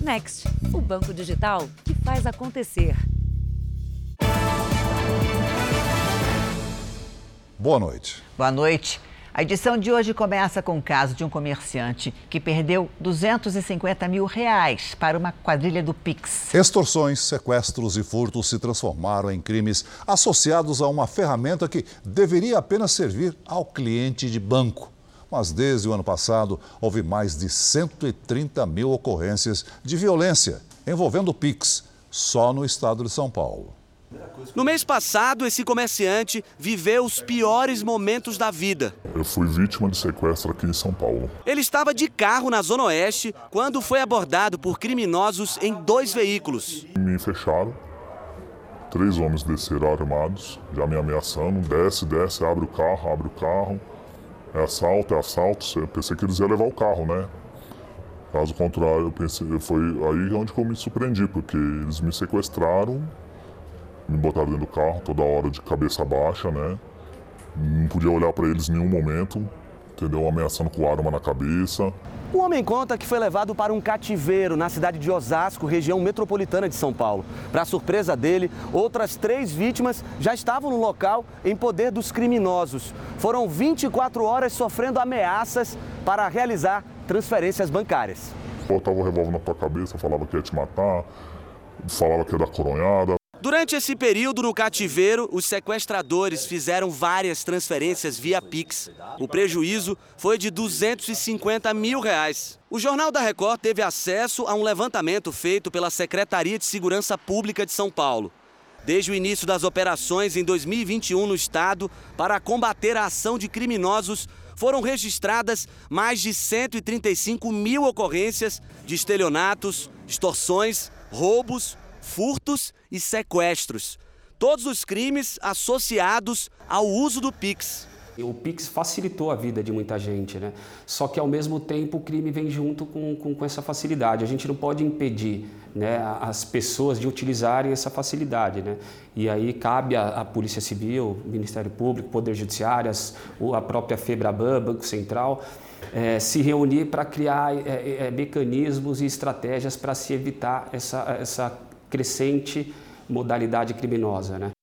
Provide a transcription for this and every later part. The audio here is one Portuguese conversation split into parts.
Next, o banco digital que faz acontecer. Boa noite. Boa noite. A edição de hoje começa com o caso de um comerciante que perdeu R$250 mil para uma quadrilha do Pix. Extorsões, sequestros e furtos se transformaram em crimes associados a uma ferramenta que deveria apenas servir ao cliente de banco. Mas desde o ano passado, houve mais de 130 mil ocorrências de violência envolvendo o Pix, só no estado de São Paulo. No mês passado, esse comerciante viveu os piores momentos da vida. Eu fui vítima de sequestro aqui em São Paulo. Ele estava de carro na Zona Oeste quando foi abordado por criminosos em 2 veículos. Me fecharam, 3 homens desceram armados, já me ameaçando. Desce, abre o carro. É assalto. Eu pensei que eles iam levar o carro, né? Caso contrário, foi aí onde eu me surpreendi, porque eles me sequestraram. Me botaram dentro do carro toda hora de cabeça baixa, né? Não podia olhar para eles em nenhum momento, entendeu? Ameaçando com arma na cabeça. O homem conta que foi levado para um cativeiro na cidade de Osasco, região metropolitana de São Paulo. Para surpresa dele, outras 3 vítimas já estavam no local em poder dos criminosos. Foram 24 horas sofrendo ameaças para realizar transferências bancárias. Botava o revólver na tua cabeça, falava que ia te matar, falava que ia dar coronhada. Durante esse período no cativeiro, os sequestradores fizeram várias transferências via Pix. O prejuízo foi de R$250 mil. O Jornal da Record teve acesso a um levantamento feito pela Secretaria de Segurança Pública de São Paulo. Desde o início das operações em 2021 no estado, para combater a ação de criminosos, foram registradas mais de 135 mil ocorrências de estelionatos, extorsões, roubos, furtos e sequestros. Todos os crimes associados ao uso do Pix. O Pix facilitou a vida de muita gente, né? Só que, ao mesmo tempo, o crime vem junto com essa facilidade. A gente não pode impedir, né, as pessoas de utilizarem essa facilidade, né? E aí cabe à Polícia Civil, Ministério Público, Poder Judiciário, a própria FEBRABAN, Banco Central, se reunir para criar mecanismos e estratégias para se evitar essa crescente modalidade criminosa, né?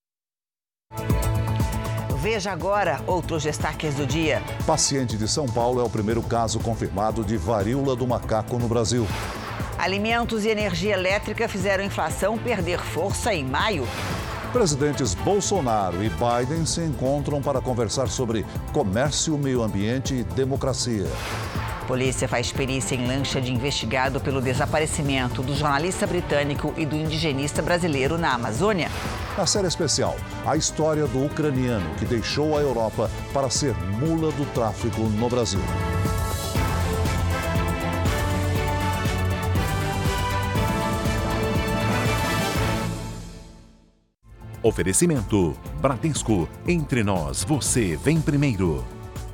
Veja agora outros destaques do dia. Paciente de São Paulo é o primeiro caso confirmado de varíola do macaco no Brasil. Alimentos e energia elétrica fizeram a inflação perder força em maio. Presidentes Bolsonaro e Biden se encontram para conversar sobre comércio, meio ambiente e democracia. Polícia faz perícia em lancha de investigado pelo desaparecimento do jornalista britânico e do indigenista brasileiro na Amazônia. Na série especial, a história do ucraniano que deixou a Europa para ser mula do tráfico no Brasil. Oferecimento Bradesco. Entre nós, você vem primeiro.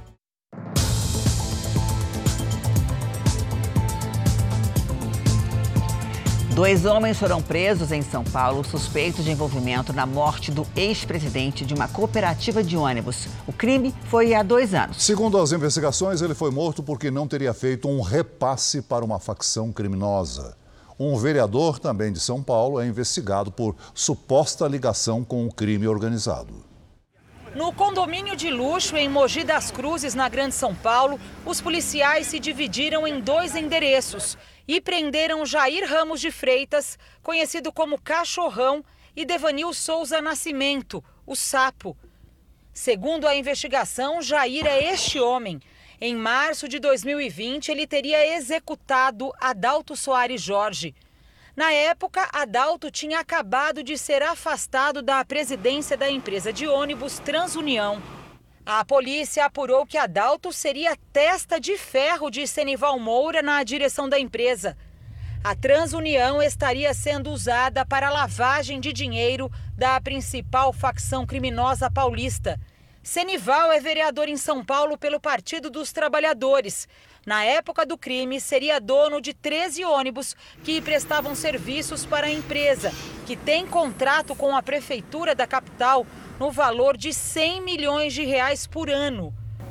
Dois homens foram presos em São Paulo suspeitos de envolvimento na morte do ex-presidente de uma cooperativa de ônibus. O crime foi há 2 anos. Segundo as investigações, ele foi morto porque não teria feito um repasse para uma facção criminosa. Um vereador também de São Paulo é investigado por suposta ligação com o crime organizado. No condomínio de luxo em Mogi das Cruzes, na Grande São Paulo, os policiais se dividiram em 2 endereços e prenderam Jair Ramos de Freitas, conhecido como Cachorrão, e Devanil Souza Nascimento, o Sapo. Segundo a investigação, Jair é este homem. Em março de 2020, ele teria executado Adalto Soares Jorge. Na época, Adalto tinha acabado de ser afastado da presidência da empresa de ônibus Transunião. A polícia apurou que Adalto seria testa de ferro de Senival Moura na direção da empresa. A Transunião estaria sendo usada para a lavagem de dinheiro da principal facção criminosa paulista. Senival é vereador em São Paulo pelo Partido dos Trabalhadores. Na época do crime, seria dono de 13 ônibus que prestavam serviços para a empresa, que tem contrato com a prefeitura da capital no valor de R$100 milhões por ano.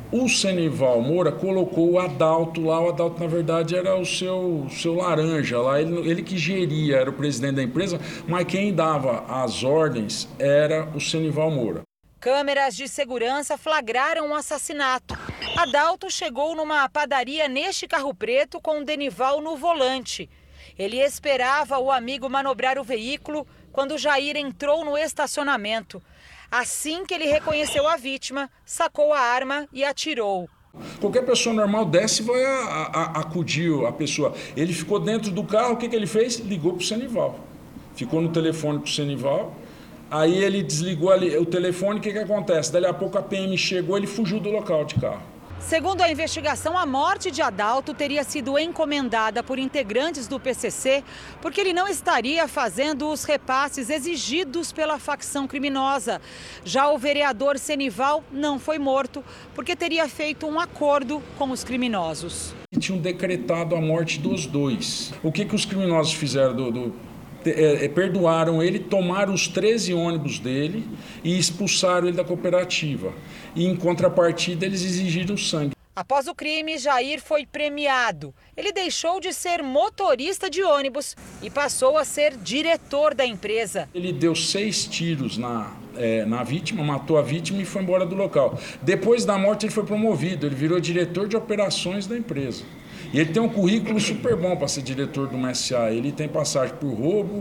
O Senival Moura colocou o Adalto lá, o Adalto na verdade era o seu laranja lá, ele que geria, era o presidente da empresa, mas quem dava as ordens era o Senival Moura. Câmeras de segurança flagraram o assassinato. Adalto chegou numa padaria neste carro preto com Denival no volante. Ele esperava o amigo manobrar o veículo quando Jair entrou no estacionamento. Assim que ele reconheceu a vítima, sacou a arma e atirou. Qualquer pessoa normal desce e vai acudir a pessoa. Ele ficou dentro do carro, o que ele fez? Ligou para o Senival. Ficou no telefone com o Senival. Aí ele desligou o telefone, o que acontece? Dali a pouco a PM chegou, ele fugiu do local de carro. Segundo a investigação, a morte de Adalto teria sido encomendada por integrantes do PCC porque ele não estaria fazendo os repasses exigidos pela facção criminosa. Já o vereador Senival não foi morto porque teria feito um acordo com os criminosos. Tinham decretado a morte dos dois. O que os criminosos fizeram perdoaram ele, tomaram os 13 ônibus dele e expulsaram ele da cooperativa. E, em contrapartida, eles exigiram sangue. Após o crime, Jair foi premiado. Ele deixou de ser motorista de ônibus e passou a ser diretor da empresa. Ele deu 6 tiros na vítima, matou a vítima e foi embora do local. Depois da morte, ele foi promovido, ele virou diretor de operações da empresa. E ele tem um currículo super bom para ser diretor do MSA. Ele tem passagem por roubo,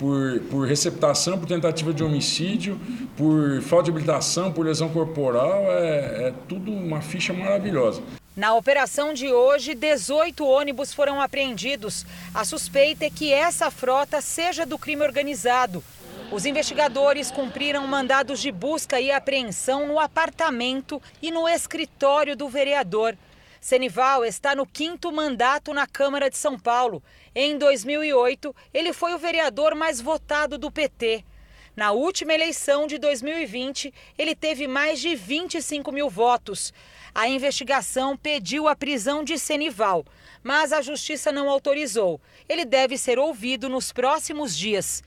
por receptação, por tentativa de homicídio, por falta de habilitação, por lesão corporal. É tudo uma ficha maravilhosa. Na operação de hoje, 18 ônibus foram apreendidos. A suspeita é que essa frota seja do crime organizado. Os investigadores cumpriram mandados de busca e apreensão no apartamento e no escritório do vereador. Senival está no 5º mandato na Câmara de São Paulo. Em 2008, ele foi o vereador mais votado do PT. Na última eleição de 2020, ele teve mais de 25 mil votos. A investigação pediu a prisão de Senival, mas a justiça não autorizou. Ele deve ser ouvido nos próximos dias.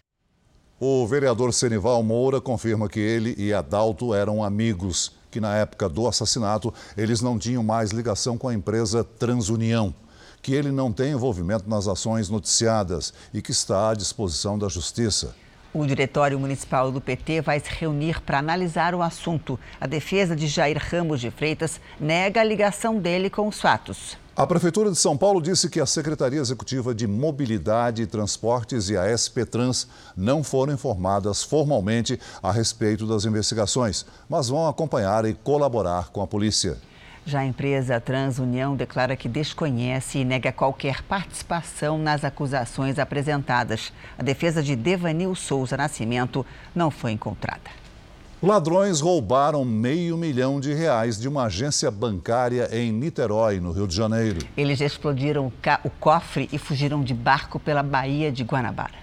O vereador Senival Moura confirma que ele e Adalto eram amigos, que na época do assassinato eles não tinham mais ligação com a empresa Transunião, que ele não tem envolvimento nas ações noticiadas e que está à disposição da Justiça. O Diretório Municipal do PT vai se reunir para analisar o assunto. A defesa de Jair Ramos de Freitas nega a ligação dele com os fatos. A Prefeitura de São Paulo disse que a Secretaria Executiva de Mobilidade e Transportes e a SP Trans não foram informadas formalmente a respeito das investigações, mas vão acompanhar e colaborar com a polícia. Já a empresa Transunião declara que desconhece e nega qualquer participação nas acusações apresentadas. A defesa de Devanil Souza Nascimento não foi encontrada. Ladrões roubaram R$500 mil de uma agência bancária em Niterói, no Rio de Janeiro. Eles explodiram o cofre e fugiram de barco pela Baía de Guanabara.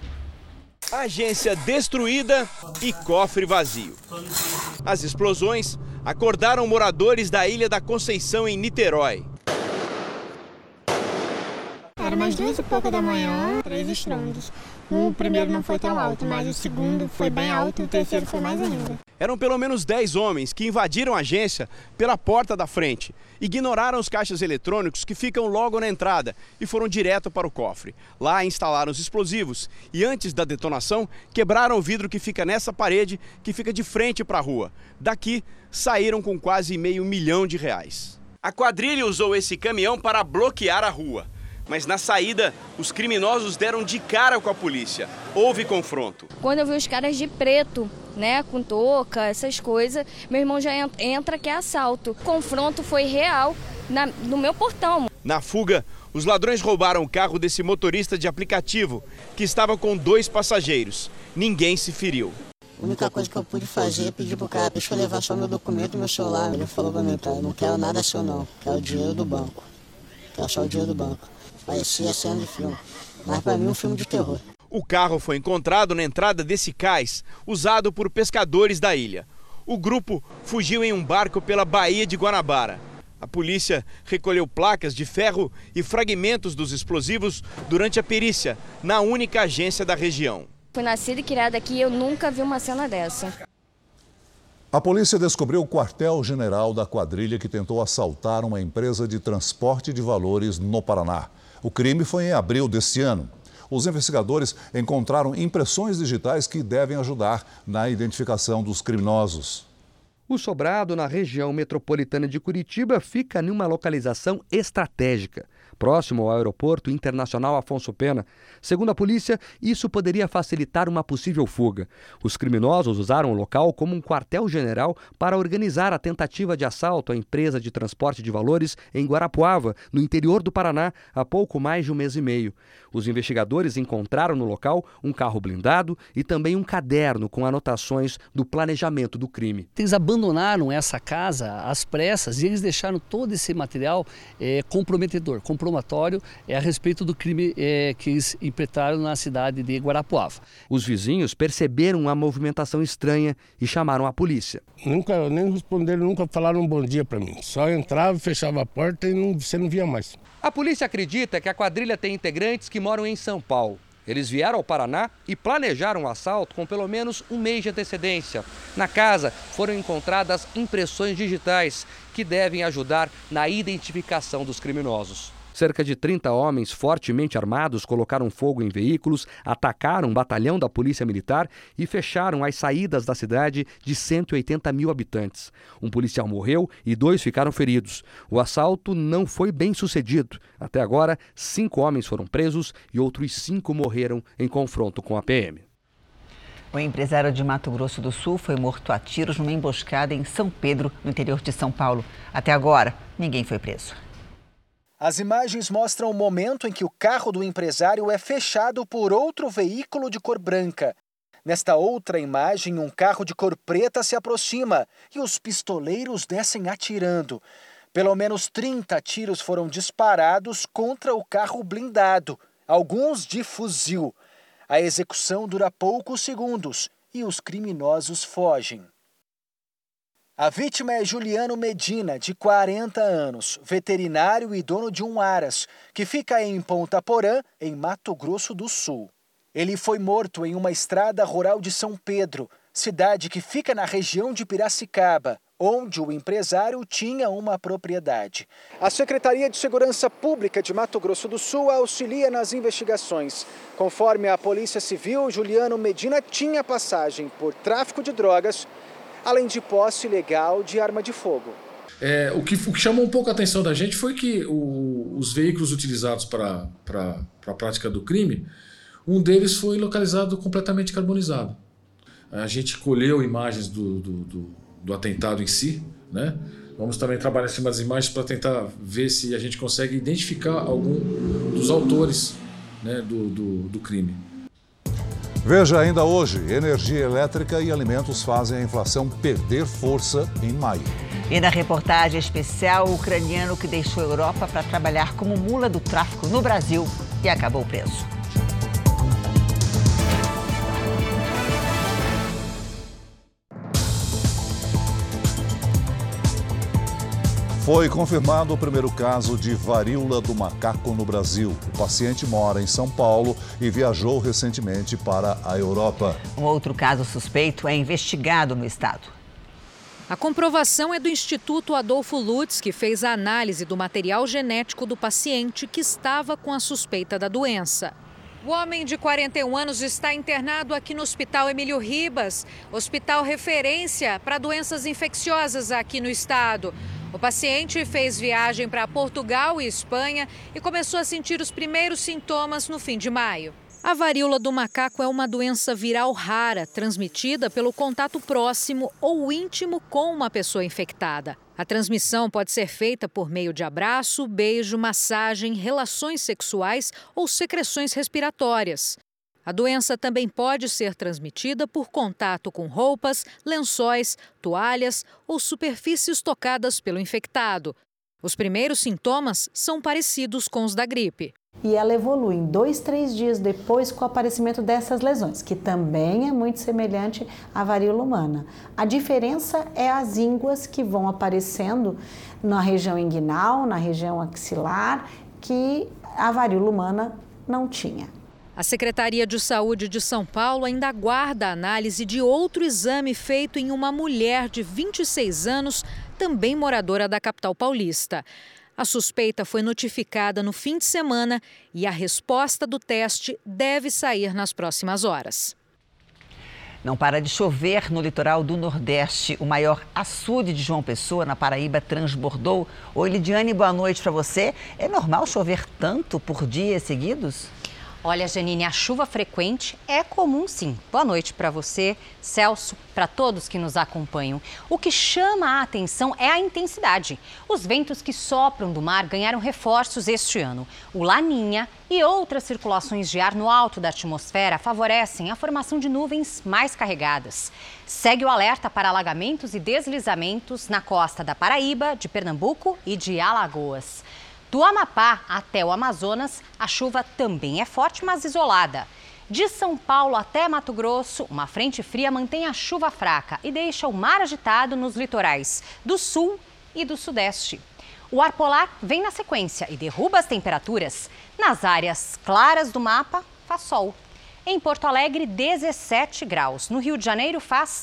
Agência destruída e cofre vazio. As explosões acordaram moradores da Ilha da Conceição, em Niterói. Era umas 2h pouca da manhã, 3 estrondos. O primeiro não foi tão alto, mas o segundo foi bem alto e o terceiro foi mais ainda. Eram pelo menos 10 homens que invadiram a agência pela porta da frente. Ignoraram os caixas eletrônicos que ficam logo na entrada e foram direto para o cofre. Lá instalaram os explosivos e antes da detonação quebraram o vidro que fica nessa parede que fica de frente para a rua. Daqui saíram com quase R$500 mil. A quadrilha usou esse caminhão para bloquear a rua. Mas na saída, os criminosos deram de cara com a polícia. Houve confronto. Quando eu vi os caras de preto, né, com touca, essas coisas, meu irmão já entra que é assalto. O confronto foi real no meu portão. Na fuga, os ladrões roubaram o carro desse motorista de aplicativo, que estava com 2 passageiros. Ninguém se feriu. A única coisa que eu pude fazer é pedir pro cara, deixa eu levar só meu documento e meu celular. Ele falou pra mim, cara, eu não quero nada seu não, quero o dinheiro do banco. Quero só o dinheiro do banco. Parecia cena de filme, mas para mim um filme de terror. O carro foi encontrado na entrada desse cais, usado por pescadores da ilha. O grupo fugiu em um barco pela Baía de Guanabara. A polícia recolheu placas de ferro e fragmentos dos explosivos durante a perícia, na única agência da região. Fui nascida e criada aqui e eu nunca vi uma cena dessa. A polícia descobriu o quartel-general da quadrilha que tentou assaltar uma empresa de transporte de valores no Paraná. O crime foi em abril deste ano. Os investigadores encontraram impressões digitais que devem ajudar na identificação dos criminosos. O sobrado, na região metropolitana de Curitiba, fica em uma localização estratégica, próximo ao Aeroporto Internacional Afonso Pena. Segundo a polícia, isso poderia facilitar uma possível fuga. Os criminosos usaram o local como um quartel-general para organizar a tentativa de assalto à empresa de transporte de valores em Guarapuava, no interior do Paraná, há pouco mais de um mês e meio. Os investigadores encontraram no local um carro blindado e também um caderno com anotações do planejamento do crime. Eles abandonaram essa casa às pressas e eles deixaram todo esse material comprometedor, comprobatório a respeito do crime que eles impetraram na cidade de Guarapuava. Os vizinhos perceberam a movimentação estranha e chamaram a polícia. Nem responderam, nunca falaram um bom dia para mim. Só entrava, fechava a porta e você não via mais. A polícia acredita que a quadrilha tem integrantes que moram em São Paulo. Eles vieram ao Paraná e planejaram o assalto com pelo menos um mês de antecedência. Na casa foram encontradas impressões digitais que devem ajudar na identificação dos criminosos. Cerca de 30 homens fortemente armados colocaram fogo em veículos, atacaram um batalhão da Polícia Militar e fecharam as saídas da cidade de 180 mil habitantes. Um policial morreu e 2 ficaram feridos. O assalto não foi bem sucedido. Até agora, 5 homens foram presos e outros 5 morreram em confronto com a PM. O empresário de Mato Grosso do Sul foi morto a tiros numa emboscada em São Pedro, no interior de São Paulo. Até agora, ninguém foi preso. As imagens mostram o momento em que o carro do empresário é fechado por outro veículo de cor branca. Nesta outra imagem, um carro de cor preta se aproxima e os pistoleiros descem atirando. Pelo menos 30 tiros foram disparados contra o carro blindado, alguns de fuzil. A execução dura poucos segundos e os criminosos fogem. A vítima é Juliano Medina, de 40 anos, veterinário e dono de um aras, que fica em Ponta Porã, em Mato Grosso do Sul. Ele foi morto em uma estrada rural de São Pedro, cidade que fica na região de Piracicaba, onde o empresário tinha uma propriedade. A Secretaria de Segurança Pública de Mato Grosso do Sul auxilia nas investigações. Conforme a Polícia Civil, Juliano Medina tinha passagem por tráfico de drogas, além de posse ilegal de arma de fogo. O que chamou um pouco a atenção da gente foi que os veículos utilizados para a prática do crime, um deles foi localizado completamente carbonizado. A gente colheu imagens do atentado em si, né? Vamos também trabalhar em cima das imagens para tentar ver se a gente consegue identificar algum dos autores, né, do crime. Veja ainda hoje, energia elétrica e alimentos fazem a inflação perder força em maio. E na reportagem especial, o ucraniano que deixou a Europa para trabalhar como mula do tráfico no Brasil e acabou preso. Foi confirmado o primeiro caso de varíola do macaco no Brasil. O paciente mora em São Paulo e viajou recentemente para a Europa. Um outro caso suspeito é investigado no estado. A comprovação é do Instituto Adolfo Lutz, que fez a análise do material genético do paciente que estava com a suspeita da doença. O homem de 41 anos está internado aqui no Hospital Emílio Ribas, hospital referência para doenças infecciosas aqui no estado. O paciente fez viagem para Portugal e Espanha e começou a sentir os primeiros sintomas no fim de maio. A varíola do macaco é uma doença viral rara, transmitida pelo contato próximo ou íntimo com uma pessoa infectada. A transmissão pode ser feita por meio de abraço, beijo, massagem, relações sexuais ou secreções respiratórias. A doença também pode ser transmitida por contato com roupas, lençóis, toalhas ou superfícies tocadas pelo infectado. Os primeiros sintomas são parecidos com os da gripe. E ela evolui em 2-3 dias depois com o aparecimento dessas lesões, que também é muito semelhante à varíola humana. A diferença é as ínguas que vão aparecendo na região inguinal, na região axilar, que a varíola humana não tinha. A Secretaria de Saúde de São Paulo ainda aguarda a análise de outro exame feito em uma mulher de 26 anos, também moradora da capital paulista. A suspeita foi notificada no fim de semana e a resposta do teste deve sair nas próximas horas. Não para de chover no litoral do Nordeste. O maior açude de João Pessoa, na Paraíba, transbordou. Oi, Lidiane, boa noite para você. É normal chover tanto por dias seguidos? Olha, Janine, a chuva frequente é comum, sim. Boa noite para você, Celso, para todos que nos acompanham. O que chama a atenção é a intensidade. Os ventos que sopram do mar ganharam reforços este ano. O Laninha e outras circulações de ar no alto da atmosfera favorecem a formação de nuvens mais carregadas. Segue o alerta para alagamentos e deslizamentos na costa da Paraíba, de Pernambuco e de Alagoas. Do Amapá até o Amazonas, a chuva também é forte, mas isolada. De São Paulo até Mato Grosso, uma frente fria mantém a chuva fraca e deixa o mar agitado nos litorais do sul e do sudeste. O ar polar vem na sequência e derruba as temperaturas. Nas áreas claras do mapa, faz sol. Em Porto Alegre, 17 graus. No Rio de Janeiro, faz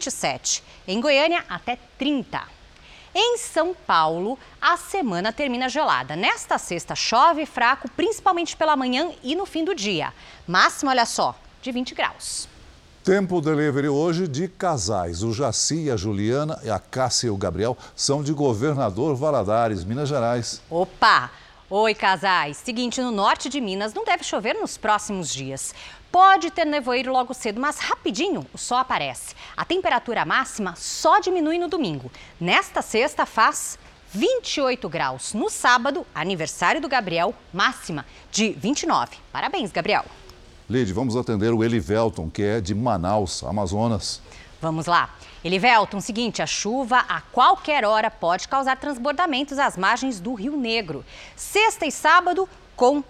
27. Em Goiânia, até 30. Em São Paulo, a semana termina gelada. Nesta sexta, chove fraco, principalmente pela manhã e no fim do dia. Máximo, olha só, de 20 graus. Tempo delivery hoje de casais. O Jaci, a Juliana, a Cássia e o Gabriel são de Governador Valadares, Minas Gerais. Opa! Oi, casais. Seguinte, no norte de Minas não deve chover nos próximos dias. Pode ter nevoeiro logo cedo, mas rapidinho o sol aparece. A temperatura máxima só diminui no domingo. Nesta sexta faz 28 graus. No sábado, aniversário do Gabriel, máxima de 29. Parabéns, Gabriel. Lide, vamos atender o Elivelton, que é de Manaus, Amazonas. Vamos lá. Elivelton, seguinte, a chuva a qualquer hora pode causar transbordamentos às margens do Rio Negro. Sexta e sábado com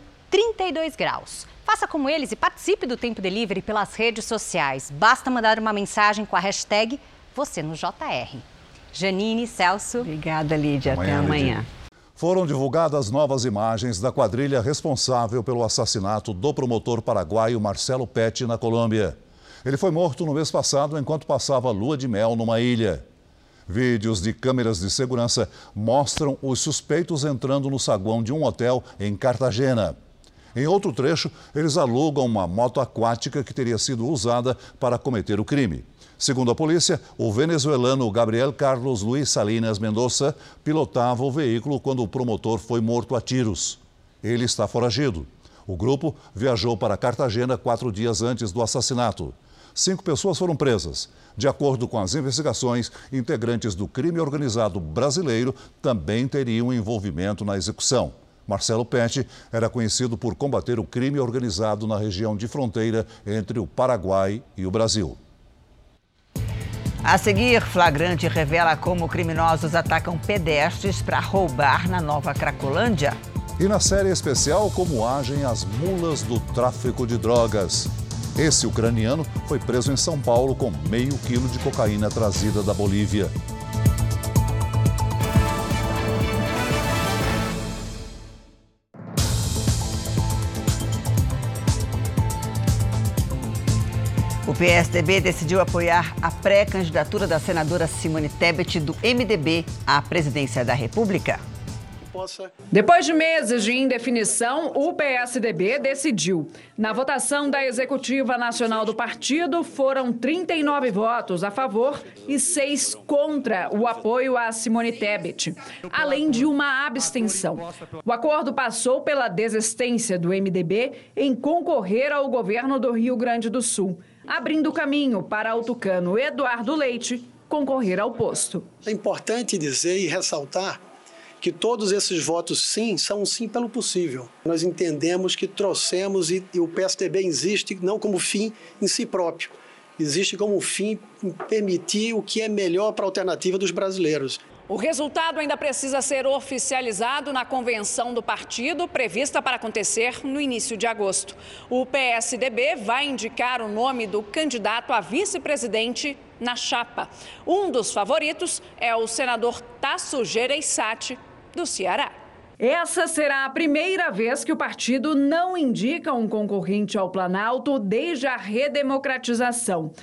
32 graus. Faça como eles e participe do Tempo Delivery pelas redes sociais. Basta mandar uma mensagem com a hashtag #VocêNoJR. Janine, Celso. Obrigada, Lídia. Até amanhã. Foram divulgadas novas imagens da quadrilha responsável pelo assassinato do promotor paraguaio Marcelo Pet na Colômbia. Ele foi morto no mês passado enquanto passava lua de mel numa ilha. Vídeos de câmeras de segurança mostram os suspeitos entrando no saguão de um hotel em Cartagena. Em outro trecho, eles alugam uma moto aquática que teria sido usada para cometer o crime. Segundo a polícia, o venezuelano Gabriel Carlos Luis Salinas Mendoza pilotava o veículo quando o promotor foi morto a tiros. Ele está foragido. O grupo viajou para Cartagena 4 dias antes do assassinato. 5 pessoas foram presas. De acordo com as investigações, integrantes do crime organizado brasileiro também teriam envolvimento na execução. Marcelo Pet era conhecido por combater o crime organizado na região de fronteira entre o Paraguai e o Brasil. A seguir, flagrante revela como criminosos atacam pedestres para roubar na Nova Cracolândia. E na série especial, como agem as mulas do tráfico de drogas. Esse ucraniano foi preso em São Paulo com meio quilo de cocaína trazida da Bolívia. O PSDB decidiu apoiar a pré-candidatura da senadora Simone Tebet do MDB à presidência da República. Depois de meses de indefinição, o PSDB decidiu. Na votação da Executiva Nacional do partido, foram 39 votos a favor e 6 contra o apoio a Simone Tebet, além de uma abstenção. O acordo passou pela desistência do MDB em concorrer ao governo do Rio Grande do Sul, abrindo caminho para o tucano Eduardo Leite concorrer ao posto. É importante dizer e ressaltar que todos esses votos sim são um sim pelo possível. Nós entendemos que trouxemos e o PSDB existe não como fim em si próprio, existe como fim em permitir o que é melhor para a alternativa dos brasileiros. O resultado ainda precisa ser oficializado na convenção do partido, prevista para acontecer no início de agosto. O PSDB vai indicar o nome do candidato a vice-presidente na chapa. Um dos favoritos é o senador Tasso Gereissati, do Ceará. Essa será a primeira vez que o partido não indica um concorrente ao Planalto desde a redemocratização.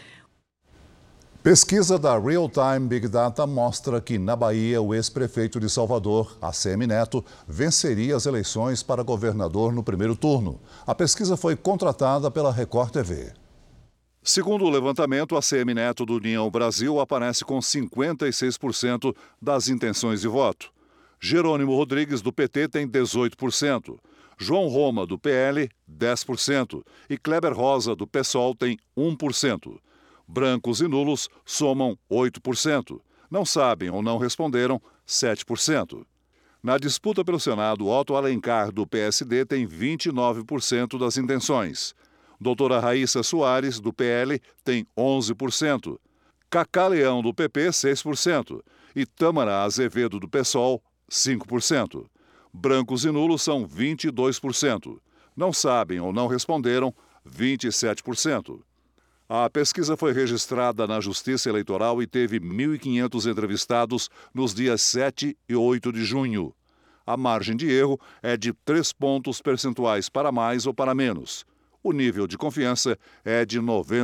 Pesquisa da Real Time Big Data mostra que, na Bahia, o ex-prefeito de Salvador, ACM Neto, venceria as eleições para governador no primeiro turno. A pesquisa foi contratada pela Record TV. Segundo o levantamento, ACM Neto do União Brasil aparece com 56% das intenções de voto. Jerônimo Rodrigues, do PT, tem 18%. João Roma, do PL, 10%. E Kleber Rosa, do PSOL, tem 1%. Brancos e nulos somam 8%. Não sabem ou não responderam, 7%. Na disputa pelo Senado, Otto Alencar, do PSD, tem 29% das intenções. Doutora Raíssa Soares, do PL, tem 11%. Cacá Leão, do PP, 6%. E Tâmara Azevedo, do PSOL, 5%. Brancos e nulos são 22%. Não sabem ou não responderam, 27%. A pesquisa foi registrada na Justiça Eleitoral e teve 1.500 entrevistados nos dias 7 e 8 de junho. A margem de erro é de 3 pontos percentuais para mais ou para menos. O nível de confiança é de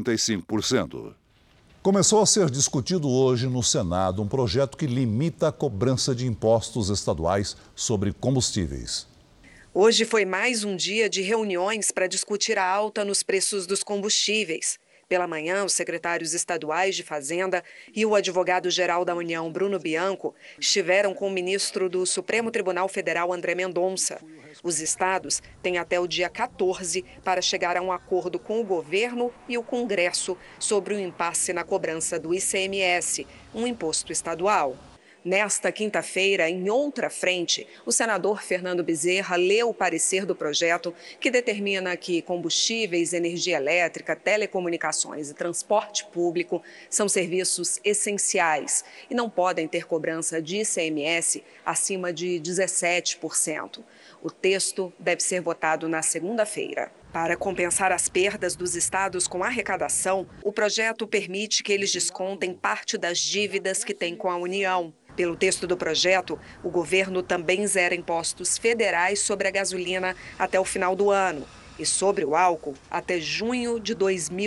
95%. Começou a ser discutido hoje no Senado um projeto que limita a cobrança de impostos estaduais sobre combustíveis. Hoje foi mais um dia de reuniões para discutir a alta nos preços dos combustíveis. Pela manhã, os secretários estaduais de Fazenda e o advogado-geral da União, Bruno Bianco, estiveram com o ministro do Supremo Tribunal Federal, André Mendonça. Os estados têm até o dia 14 para chegar a um acordo com o governo e o Congresso sobre o impasse na cobrança do ICMS, um imposto estadual. Nesta quinta-feira, em outra frente, o senador Fernando Bezerra leu o parecer do projeto que determina que combustíveis, energia elétrica, telecomunicações e transporte público são serviços essenciais e não podem ter cobrança de ICMS acima de 17%. O texto deve ser votado na segunda-feira. Para compensar as perdas dos estados com arrecadação, o projeto permite que eles descontem parte das dívidas que têm com a União. Pelo texto do projeto, o governo também zera impostos federais sobre a gasolina até o final do ano e sobre o álcool até junho de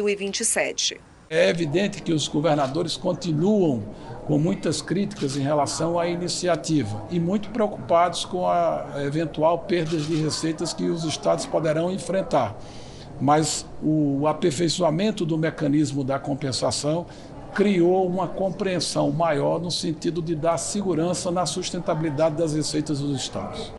2027. É evidente que os governadores continuam com muitas críticas em relação à iniciativa e muito preocupados com a eventual perda de receitas que os estados poderão enfrentar. Mas o aperfeiçoamento do mecanismo da compensação criou uma compreensão maior no sentido de dar segurança na sustentabilidade das receitas dos estados.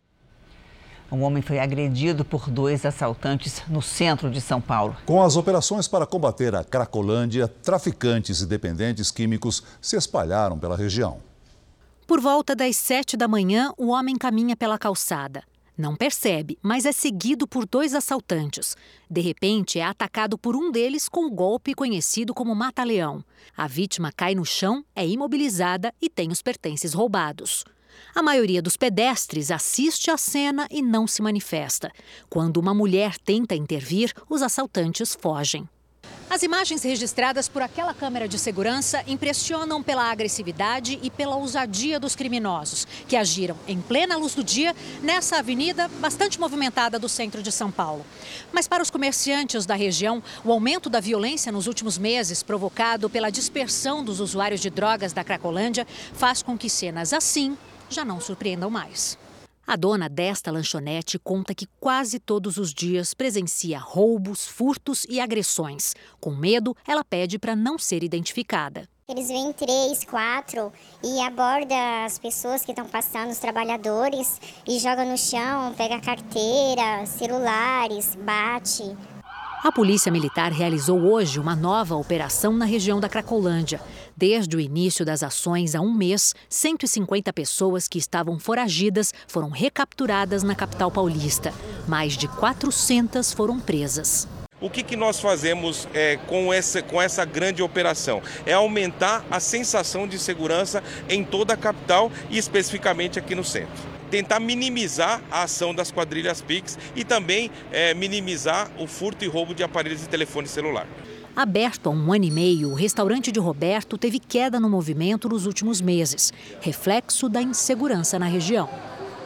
Um homem foi agredido por 2 assaltantes no centro de São Paulo. Com as operações para combater a Cracolândia, traficantes e dependentes químicos se espalharam pela região. Por volta das 7 da manhã, o homem caminha pela calçada. Não percebe, mas é seguido por 2 assaltantes. De repente, é atacado por um deles com um golpe conhecido como mata-leão. A vítima cai no chão, é imobilizada e tem os pertences roubados. A maioria dos pedestres assiste à cena e não se manifesta. Quando uma mulher tenta intervir, os assaltantes fogem. As imagens registradas por aquela câmera de segurança impressionam pela agressividade e pela ousadia dos criminosos, que agiram em plena luz do dia nessa avenida bastante movimentada do centro de São Paulo. Mas para os comerciantes da região, o aumento da violência nos últimos meses, provocado pela dispersão dos usuários de drogas da Cracolândia, faz com que cenas assim já não surpreendam mais. A dona desta lanchonete conta que quase todos os dias presencia roubos, furtos e agressões. Com medo, ela pede para não ser identificada. Eles vêm 3, 4 e abordam as pessoas que estão passando, os trabalhadores, e jogam no chão, pega carteira, celulares, bate. A Polícia Militar realizou hoje uma nova operação na região da Cracolândia. Desde o início das ações, há um mês, 150 pessoas que estavam foragidas foram recapturadas na capital paulista. Mais de 400 foram presas. O que nós fazemos com essa grande operação? É aumentar a sensação de segurança em toda a capital e especificamente aqui no centro. Tentar minimizar a ação das quadrilhas Pix e também minimizar o furto e roubo de aparelhos de telefone celular. Aberto há 1 ano e meio, o restaurante de Roberto teve queda no movimento nos últimos meses, reflexo da insegurança na região.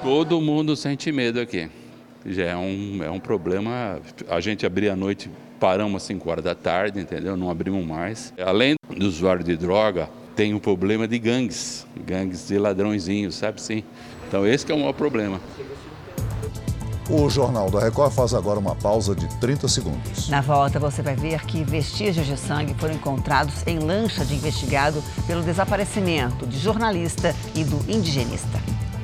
Todo mundo sente medo aqui. Já é um problema. A gente abria à noite, paramos às 5 horas da tarde, entendeu? Não abrimos mais. Além do usuário de droga, tem o problema de gangues de ladrõezinhos, sabe sim? Então esse que é o maior problema. O Jornal da Record faz agora uma pausa de 30 segundos. Na volta, você vai ver que vestígios de sangue foram encontrados em lancha de investigado pelo desaparecimento de jornalista e do indigenista.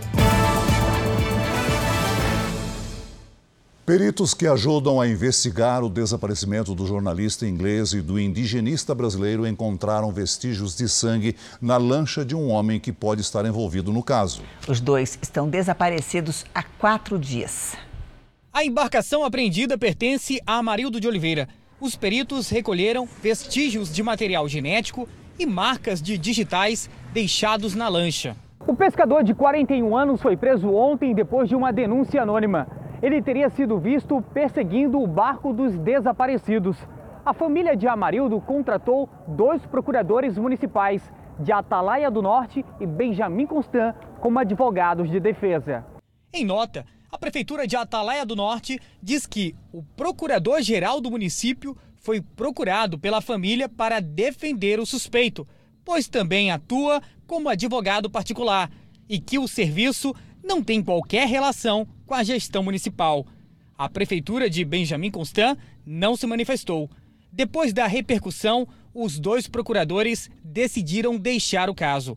Peritos que ajudam a investigar o desaparecimento do jornalista inglês e do indigenista brasileiro encontraram vestígios de sangue na lancha de um homem que pode estar envolvido no caso. Os dois estão desaparecidos há 4 dias. A embarcação apreendida pertence a Amarildo de Oliveira. Os peritos recolheram vestígios de material genético e marcas de digitais deixados na lancha. O pescador de 41 anos foi preso ontem depois de uma denúncia anônima. Ele teria sido visto perseguindo o barco dos desaparecidos. A família de Amarildo contratou 2 procuradores municipais, de Atalaia do Norte e Benjamin Constant, como advogados de defesa. Em nota, a Prefeitura de Atalaia do Norte diz que o procurador-geral do município foi procurado pela família para defender o suspeito, pois também atua como advogado particular e que o serviço não tem qualquer relação com a gestão municipal. A Prefeitura de Benjamin Constant não se manifestou. Depois da repercussão, os 2 procuradores decidiram deixar o caso.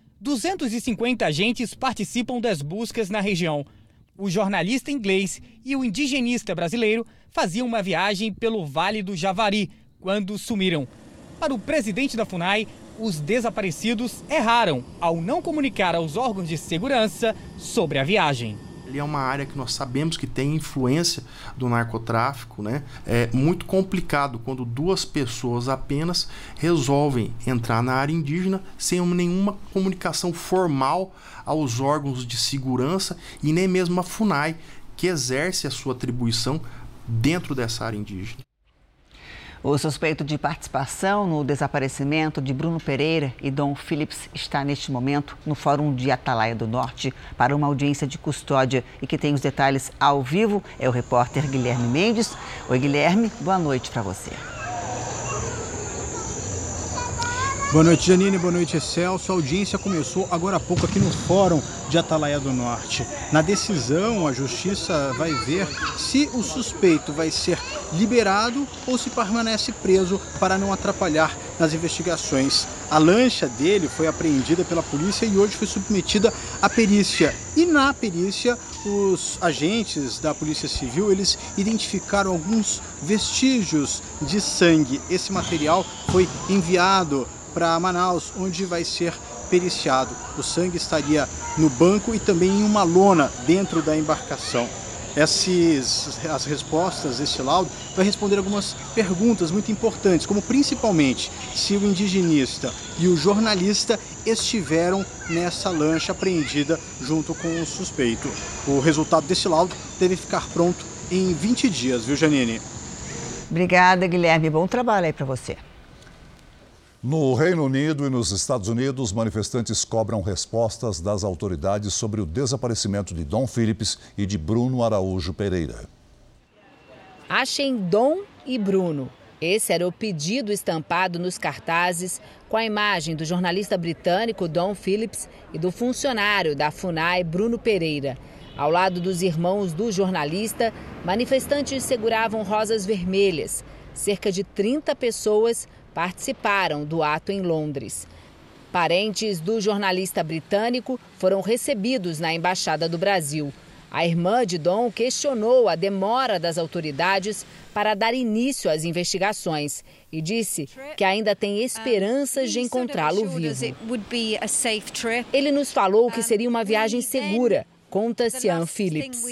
250 agentes participam das buscas na região. O jornalista inglês e o indigenista brasileiro faziam uma viagem pelo Vale do Javari quando sumiram. Para o presidente da FUNAI, os desaparecidos erraram ao não comunicar aos órgãos de segurança sobre a viagem. Ele é uma área que nós sabemos que tem influência do narcotráfico, né? É muito complicado quando 2 pessoas apenas resolvem entrar na área indígena sem nenhuma comunicação formal aos órgãos de segurança e nem mesmo a FUNAI, que exerce a sua atribuição dentro dessa área indígena. O suspeito de participação no desaparecimento de Bruno Pereira e Dom Phillips está neste momento no Fórum de Atalaia do Norte para uma audiência de custódia e que tem os detalhes ao vivo é o repórter Guilherme Mendes. Oi, Guilherme, boa noite para você. Boa noite, Janine. Boa noite, Celso. A audiência começou agora há pouco aqui no Fórum de Atalaia do Norte. Na decisão, a Justiça vai ver se o suspeito vai ser liberado ou se permanece preso para não atrapalhar nas investigações. A lancha dele foi apreendida pela polícia e hoje foi submetida à perícia. E na perícia, os agentes da Polícia Civil, eles identificaram alguns vestígios de sangue. Esse material foi enviado para Manaus, onde vai ser periciado. O sangue estaria no banco e também em uma lona dentro da embarcação. As respostas desse laudo vai responder algumas perguntas muito importantes, como principalmente se o indigenista e o jornalista estiveram nessa lancha apreendida junto com o suspeito. O resultado desse laudo deve ficar pronto em 20 dias, viu, Janine? Obrigada, Guilherme. Bom trabalho aí para você. No Reino Unido e nos Estados Unidos, manifestantes cobram respostas das autoridades sobre o desaparecimento de Dom Phillips e de Bruno Araújo Pereira. Achem Dom e Bruno. Esse era o pedido estampado nos cartazes com a imagem do jornalista britânico Dom Phillips e do funcionário da FUNAI, Bruno Pereira. Ao lado dos irmãos do jornalista, manifestantes seguravam rosas vermelhas. Cerca de 30 pessoas participaram do ato em Londres. Parentes do jornalista britânico foram recebidos na Embaixada do Brasil. A irmã de Dom questionou a demora das autoridades para dar início às investigações e disse que ainda tem esperanças de encontrá-lo vivo. Ele nos falou que seria uma viagem segura, conta Sian Phillips.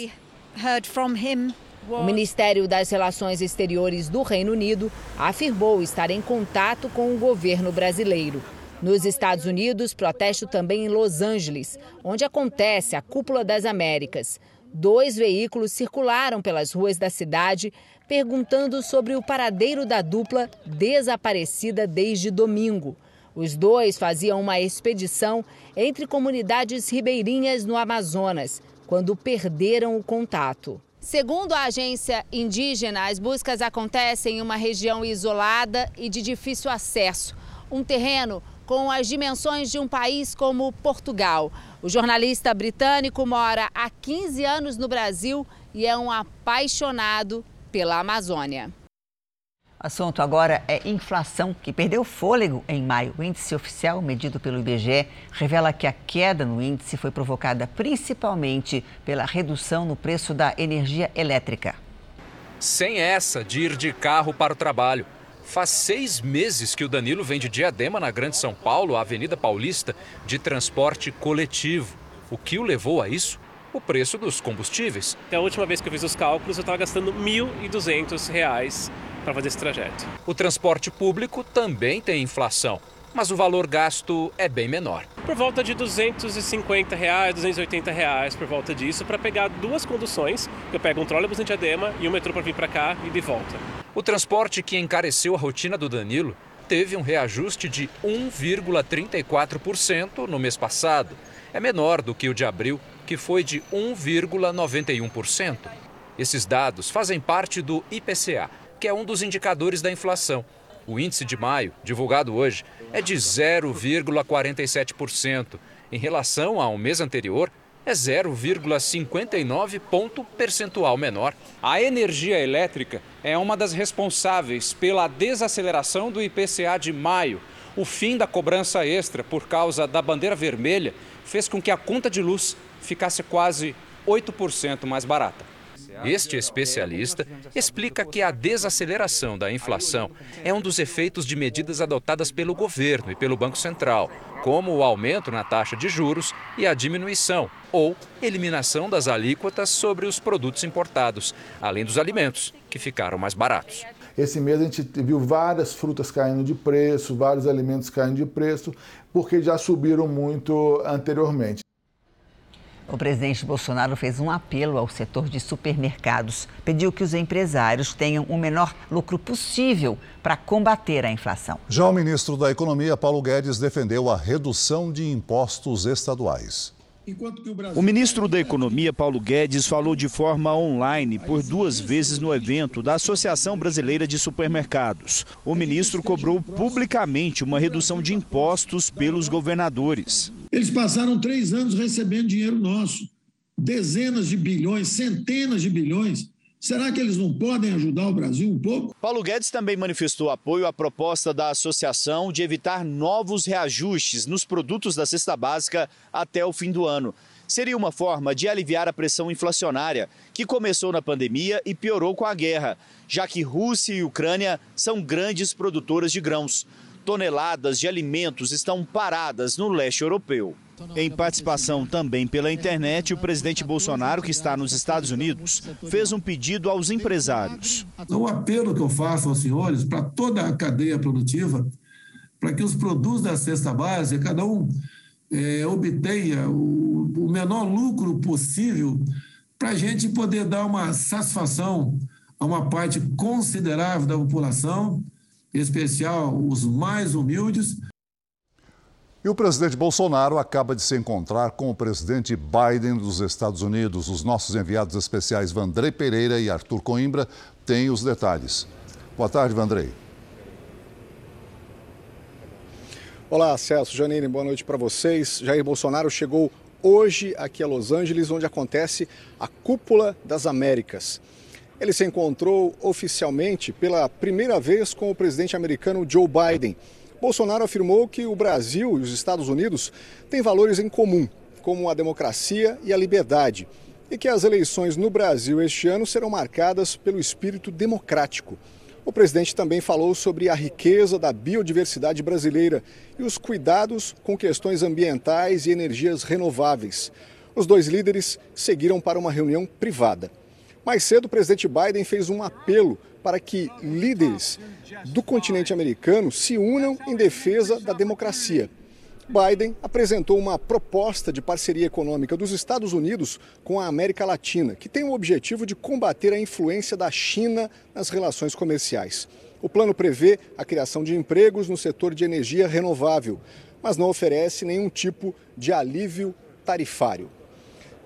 O Ministério das Relações Exteriores do Reino Unido afirmou estar em contato com o governo brasileiro. Nos Estados Unidos, protesto também em Los Angeles, onde acontece a Cúpula das Américas. 2 veículos circularam pelas ruas da cidade, perguntando sobre o paradeiro da dupla desaparecida desde domingo. Os 2 faziam uma expedição entre comunidades ribeirinhas no Amazonas, quando perderam o contato. Segundo a agência indígena, as buscas acontecem em uma região isolada e de difícil acesso. Um terreno com as dimensões de um país como Portugal. O jornalista britânico mora há 15 anos no Brasil e é um apaixonado pela Amazônia. O assunto agora é inflação, que perdeu fôlego em maio. O índice oficial medido pelo IBGE revela que a queda no índice foi provocada principalmente pela redução no preço da energia elétrica. Sem essa de ir de carro para o trabalho. Faz 6 meses que o Danilo vem de Diadema, na Grande São Paulo, a Avenida Paulista, de transporte coletivo. O que o levou a isso? O preço dos combustíveis. A última vez que eu fiz os cálculos, eu estava gastando R$ 1.200 para fazer esse trajeto. O transporte público também tem inflação, mas o valor gasto é bem menor. Por volta de R$ 250, R$ 280, por volta disso, para pegar 2 conduções. Eu pego um trolebus em Diadema e um metrô para vir para cá e de volta. O transporte que encareceu a rotina do Danilo teve um reajuste de 1,34% no mês passado. É menor do que o de abril, que foi de 1,91%. Esses dados fazem parte do IPCA, que é um dos indicadores da inflação. O índice de maio, divulgado hoje, é de 0,47%. Em relação ao mês anterior, é 0,59 ponto percentual menor. A energia elétrica é uma das responsáveis pela desaceleração do IPCA de maio. O fim da cobrança extra por causa da bandeira vermelha fez com que a conta de luz ficasse quase 8% mais barata. Este especialista explica que a desaceleração da inflação é um dos efeitos de medidas adotadas pelo governo e pelo Banco Central, como o aumento na taxa de juros e a diminuição ou eliminação das alíquotas sobre os produtos importados, além dos alimentos, que ficaram mais baratos. Esse mês a gente viu várias frutas caindo de preço, vários alimentos caindo de preço, porque já subiram muito anteriormente. O presidente Bolsonaro fez um apelo ao setor de supermercados. Pediu que os empresários tenham o menor lucro possível para combater a inflação. Já o ministro da Economia, Paulo Guedes, defendeu a redução de impostos estaduais. O ministro da Economia, Paulo Guedes, falou de forma online por 2 vezes no evento da Associação Brasileira de Supermercados. O ministro cobrou publicamente uma redução de impostos pelos governadores. Eles passaram 3 anos recebendo dinheiro nosso, dezenas de bilhões, centenas de bilhões. Será que eles não podem ajudar o Brasil um pouco? Paulo Guedes também manifestou apoio à proposta da associação de evitar novos reajustes nos produtos da cesta básica até o fim do ano. Seria uma forma de aliviar a pressão inflacionária, que começou na pandemia e piorou com a guerra, já que Rússia e Ucrânia são grandes produtoras de grãos. Toneladas de alimentos estão paradas no leste europeu. Em participação também pela internet, o presidente Bolsonaro, que está nos Estados Unidos, fez um pedido aos empresários. O apelo que eu faço aos senhores, para toda a cadeia produtiva, para que os produtos da cesta básica, cada um obtenha o menor lucro possível, para a gente poder dar uma satisfação a uma parte considerável da população, em especial os mais humildes. E o presidente Bolsonaro acaba de se encontrar com o presidente Biden dos Estados Unidos. Os nossos enviados especiais Vandrei Pereira e Arthur Coimbra têm os detalhes. Boa tarde, Vandrei. Olá, Celso, Janine, boa noite para vocês. Jair Bolsonaro chegou hoje aqui a Los Angeles, onde acontece a Cúpula das Américas. Ele se encontrou oficialmente pela primeira vez com o presidente americano Joe Biden. Bolsonaro afirmou que o Brasil e os Estados Unidos têm valores em comum, como a democracia e a liberdade, e que as eleições no Brasil este ano serão marcadas pelo espírito democrático. O presidente também falou sobre a riqueza da biodiversidade brasileira e os cuidados com questões ambientais e energias renováveis. Os 2 líderes seguiram para uma reunião privada. Mais cedo, o presidente Biden fez um apelo para que líderes do continente americano se unam em defesa da democracia. Biden apresentou uma proposta de parceria econômica dos Estados Unidos com a América Latina, que tem o objetivo de combater a influência da China nas relações comerciais. O plano prevê a criação de empregos no setor de energia renovável, mas não oferece nenhum tipo de alívio tarifário.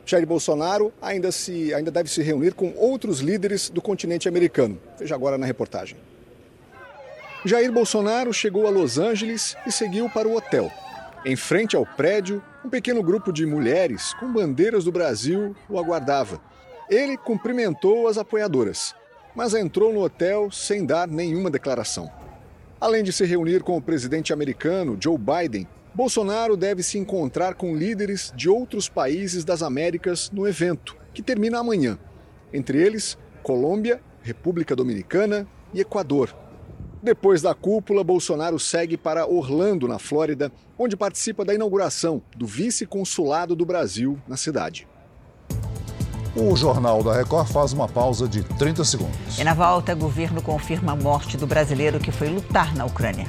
Jair Bolsonaro ainda deve se reunir com outros líderes do continente americano. Veja agora na reportagem. Jair Bolsonaro chegou a Los Angeles e seguiu para o hotel. Em frente ao prédio, um pequeno grupo de mulheres com bandeiras do Brasil o aguardava. Ele cumprimentou as apoiadoras, mas entrou no hotel sem dar nenhuma declaração. Além de se reunir com o presidente americano Joe Biden, Bolsonaro deve se encontrar com líderes de outros países das Américas no evento, que termina amanhã. Entre eles, Colômbia, República Dominicana e Equador. Depois da cúpula, Bolsonaro segue para Orlando, na Flórida, onde participa da inauguração do vice-consulado do Brasil na cidade. O Jornal da Record faz uma pausa de 30 segundos. E na volta, o governo confirma a morte do brasileiro que foi lutar na Ucrânia.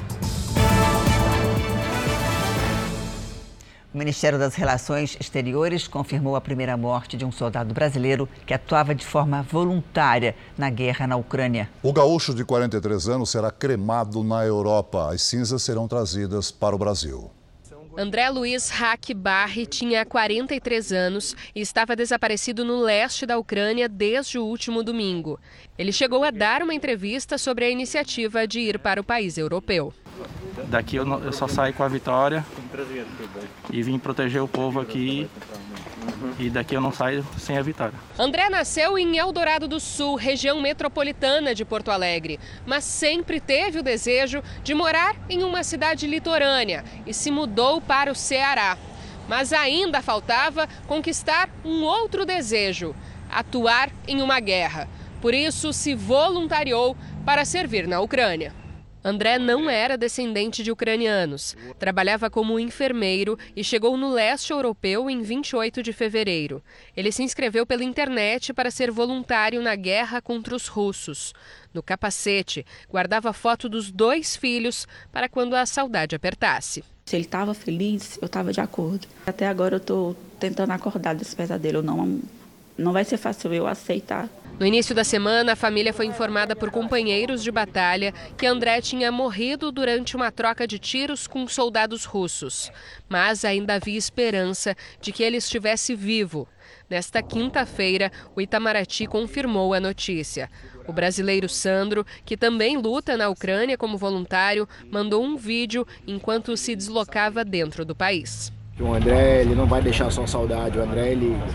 O Ministério das Relações Exteriores confirmou a primeira morte de um soldado brasileiro que atuava de forma voluntária na guerra na Ucrânia. O gaúcho de 43 anos será cremado na Europa. As cinzas serão trazidas para o Brasil. André Luiz Hack Barre tinha 43 anos e estava desaparecido no leste da Ucrânia desde o último domingo. Ele chegou a dar uma entrevista sobre a iniciativa de ir para o país europeu. Daqui eu só saio com a vitória e vim proteger o povo aqui, e daqui eu não saio sem a vitória. André nasceu em Eldorado do Sul, região metropolitana de Porto Alegre, mas sempre teve o desejo de morar em uma cidade litorânea e se mudou para o Ceará. Mas ainda faltava conquistar um outro desejo: atuar em uma guerra. Por isso, se voluntariou para servir na Ucrânia. André não era descendente de ucranianos. Trabalhava como enfermeiro e chegou no leste europeu em 28 de fevereiro. Ele se inscreveu pela internet para ser voluntário na guerra contra os russos. No capacete, guardava foto dos 2 filhos para quando a saudade apertasse. Se ele estava feliz, eu estava de acordo. Até agora eu estou tentando acordar desse pesadelo. Não vai ser fácil eu aceitar. No início da semana, a família foi informada por companheiros de batalha que André tinha morrido durante uma troca de tiros com soldados russos. Mas ainda havia esperança de que ele estivesse vivo. Nesta quinta-feira, o Itamaraty confirmou a notícia. O brasileiro Sandro, que também luta na Ucrânia como voluntário, mandou um vídeo enquanto se deslocava dentro do país. O André, ele não vai deixar só saudade. O André,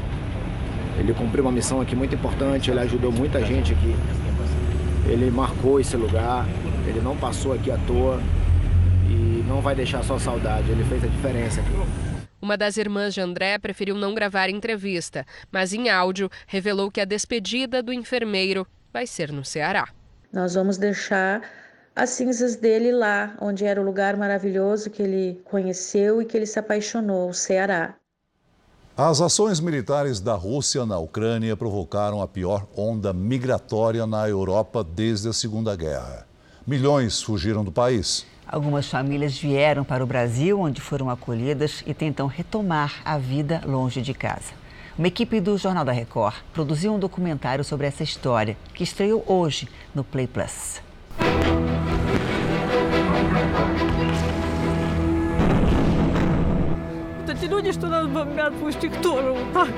ele cumpriu uma missão aqui muito importante, ele ajudou muita gente aqui. Ele marcou esse lugar, ele não passou aqui à toa e não vai deixar só saudade, ele fez a diferença aqui. Uma das irmãs de André preferiu não gravar entrevista, mas em áudio revelou que a despedida do enfermeiro vai ser no Ceará. Nós vamos deixar as cinzas dele lá, onde era o lugar maravilhoso que ele conheceu e que ele se apaixonou, o Ceará. As ações militares da Rússia na Ucrânia provocaram a pior onda migratória na Europa desde a Segunda Guerra. Milhões fugiram do país. Algumas famílias vieram para o Brasil, onde foram acolhidas e tentam retomar a vida longe de casa. Uma equipe do Jornal da Record produziu um documentário sobre essa história, que estreou hoje no Play Plus. Люди, что нас бомбят, пусть их тоже вот так.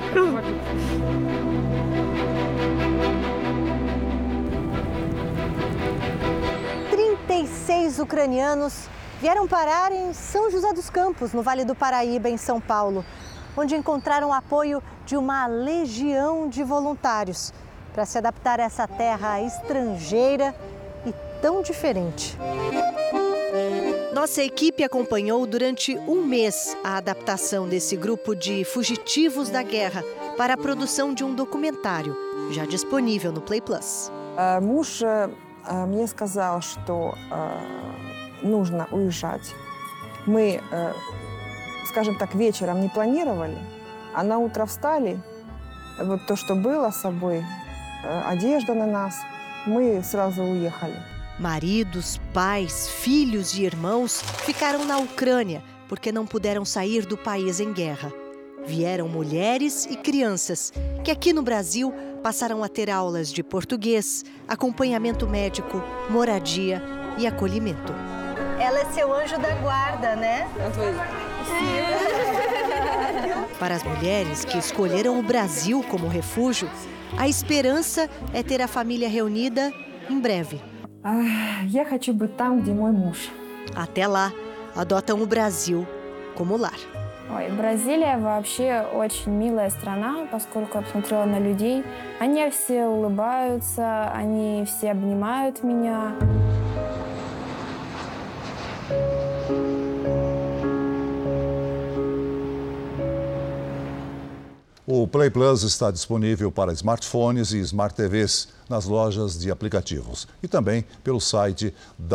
36 ucranianos vieram parar em São José dos Campos, no Vale do Paraíba, em São Paulo, onde encontraram o apoio de uma legião de voluntários para se adaptar a essa terra estrangeira e tão diferente. Nossa equipe acompanhou durante um mês a adaptação desse grupo de fugitivos da guerra para a produção de um documentário, já disponível no Play Plus. Муж мне сказал, что нужно уезжать. Мы, скажем так, вечером не планировали, а на утро встали, вот то, что было с собой, одежда на нас, мы сразу уехали. Maridos, pais, filhos e irmãos ficaram na Ucrânia porque não puderam sair do país em guerra. Vieram mulheres e crianças que aqui no Brasil passaram a ter aulas de português, acompanhamento médico, moradia e acolhimento. Ela é seu anjo da guarda, né? Para as mulheres que escolheram o Brasil como refúgio, a esperança é ter a família reunida em breve. Я хочу быть там, где мой муж. Até lá, adotam o Brasil como lar. Бразилия вообще очень милая страна, поскольку я посмотрела на людей. Они все улыбаются, они все обнимают меня. O Play Plus está disponível para smartphones e smart TVs nas lojas de aplicativos e também pelo site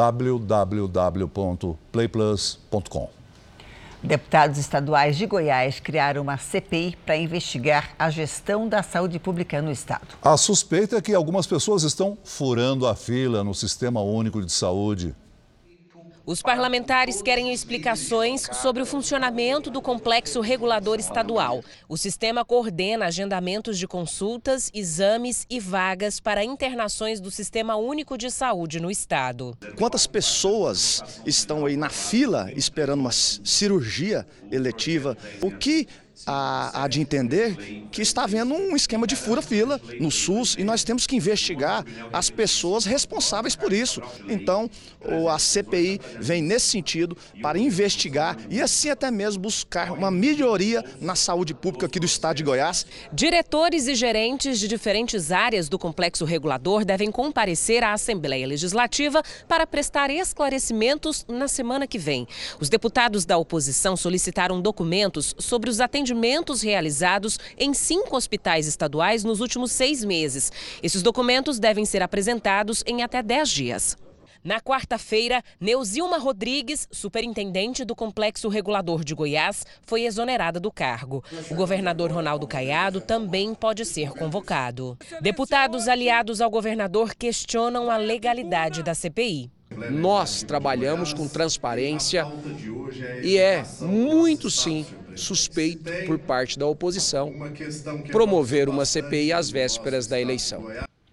www.playplus.com. Deputados estaduais de Goiás criaram uma CPI para investigar a gestão da saúde pública no estado. A suspeita é que algumas pessoas estão furando a fila no Sistema Único de Saúde. Os parlamentares querem explicações sobre o funcionamento do complexo regulador estadual. O sistema coordena agendamentos de consultas, exames e vagas para internações do Sistema Único de Saúde no estado. Quantas pessoas estão aí na fila esperando uma cirurgia eletiva? O que há de entender que está havendo um esquema de fura-fila no SUS e nós temos que investigar as pessoas responsáveis por isso. Então, a CPI vem nesse sentido para investigar e assim até mesmo buscar uma melhoria na saúde pública aqui do estado de Goiás. Diretores e gerentes de diferentes áreas do complexo regulador devem comparecer à Assembleia Legislativa para prestar esclarecimentos na semana que vem. Os deputados da oposição solicitaram documentos sobre os atendimentos realizados em 5 hospitais estaduais nos últimos 6 meses. Esses documentos devem ser apresentados em até 10 dias. Na quarta-feira, Neuzilma Rodrigues, superintendente do Complexo Regulador de Goiás, foi exonerada do cargo. O governador Ronaldo Caiado também pode ser convocado. Deputados aliados ao governador questionam a legalidade da CPI. Nós trabalhamos com transparência e é muito sim suspeito por parte da oposição promover uma CPI às vésperas da eleição.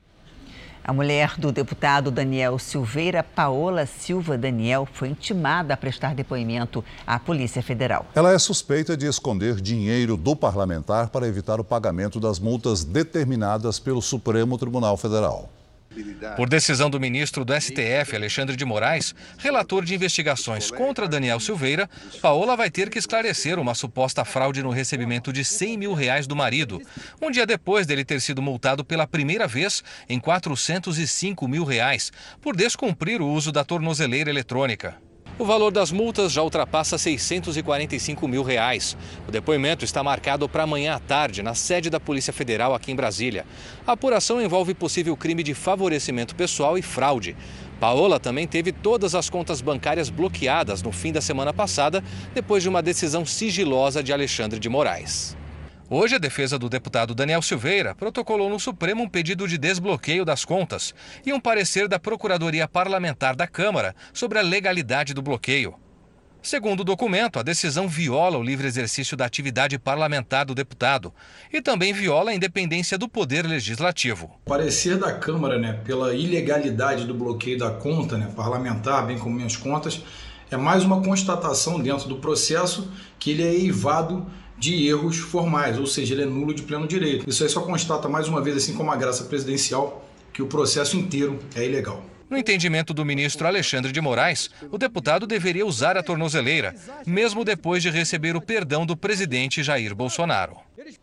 A mulher do deputado Daniel Silveira, Paola Silva Daniel, foi intimada a prestar depoimento à Polícia Federal. Ela é suspeita de esconder dinheiro do parlamentar para evitar o pagamento das multas determinadas pelo Supremo Tribunal Federal. Por decisão do ministro do STF, Alexandre de Moraes, relator de investigações contra Daniel Silveira, Paola vai ter que esclarecer uma suposta fraude no recebimento de R$100 mil do marido, um dia depois dele ter sido multado pela primeira vez em R$405 mil, por descumprir o uso da tornozeleira eletrônica. O valor das multas já ultrapassa R$645 mil. O depoimento está marcado para amanhã à tarde, na sede da Polícia Federal aqui em Brasília. A apuração envolve possível crime de favorecimento pessoal e fraude. Paola também teve todas as contas bancárias bloqueadas no fim da semana passada, depois de uma decisão sigilosa de Alexandre de Moraes. Hoje, a defesa do deputado Daniel Silveira protocolou no Supremo um pedido de desbloqueio das contas e um parecer da Procuradoria Parlamentar da Câmara sobre a legalidade do bloqueio. Segundo o documento, a decisão viola o livre exercício da atividade parlamentar do deputado e também viola a independência do Poder Legislativo. O parecer da Câmara, pela ilegalidade do bloqueio da conta parlamentar, bem como minhas contas, é mais uma constatação dentro do processo que ele é eivado de erros formais, ou seja, ele é nulo de pleno direito. Isso aí só constata mais uma vez, assim como a graça presidencial, que o processo inteiro é ilegal. No entendimento do ministro Alexandre de Moraes, o deputado deveria usar a tornozeleira, mesmo depois de receber o perdão do presidente Jair Bolsonaro.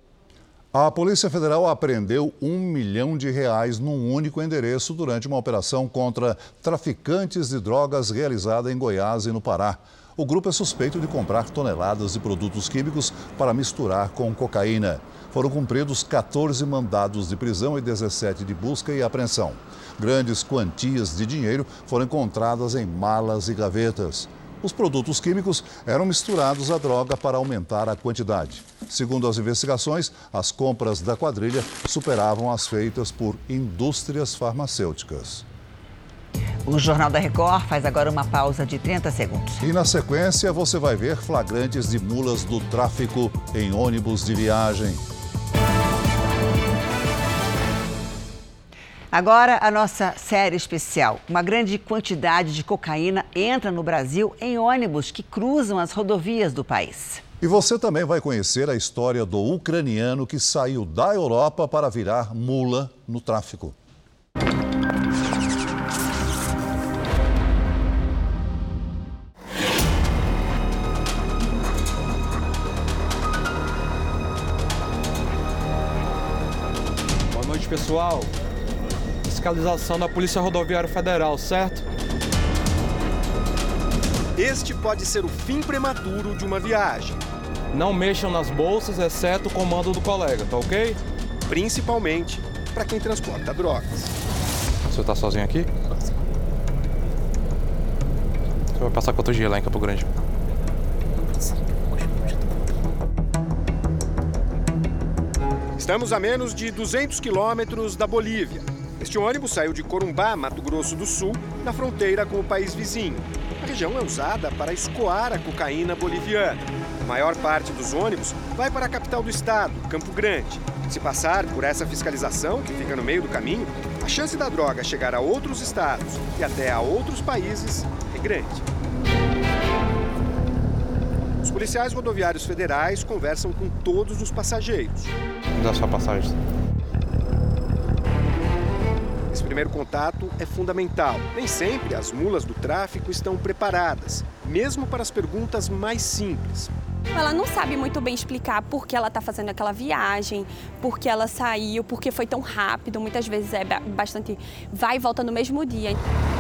A Polícia Federal apreendeu R$1 milhão num único endereço durante uma operação contra traficantes de drogas realizada em Goiás e no Pará. O grupo é suspeito de comprar toneladas de produtos químicos para misturar com cocaína. Foram cumpridos 14 mandados de prisão e 17 de busca e apreensão. Grandes quantias de dinheiro foram encontradas em malas e gavetas. Os produtos químicos eram misturados à droga para aumentar a quantidade. Segundo as investigações, as compras da quadrilha superavam as feitas por indústrias farmacêuticas. O Jornal da Record faz agora uma pausa de 30 segundos. E na sequência você vai ver flagrantes de mulas do tráfico em ônibus de viagem. Agora a nossa série especial. Uma grande quantidade de cocaína entra no Brasil em ônibus que cruzam as rodovias do país. E você também vai conhecer a história do ucraniano que saiu da Europa para virar mula no tráfico. Boa noite, pessoal. Fiscalização da Polícia Rodoviária Federal, certo? Este pode ser o fim prematuro de uma viagem. Não mexam nas bolsas, exceto o comando do colega, tá ok? Principalmente para quem transporta drogas. Você tá sozinho aqui? Você vai passar quanto dia lá em Campo Grande? Estamos a menos de 200 quilômetros da Bolívia. Este ônibus saiu de Corumbá, Mato Grosso do Sul, na fronteira com o país vizinho. A região é usada para escoar a cocaína boliviana. A maior parte dos ônibus vai para a capital do estado, Campo Grande. Se passar por essa fiscalização, que fica no meio do caminho, a chance da droga chegar a outros estados e até a outros países é grande. Os policiais rodoviários federais conversam com todos os passageiros. Dá sua passagem. Esse primeiro contato é fundamental. Nem sempre as mulas do tráfico estão preparadas, mesmo para as perguntas mais simples. Ela não sabe muito bem explicar por que ela está fazendo aquela viagem, por que ela saiu, por que foi tão rápido. Muitas vezes é bastante vai e volta no mesmo dia.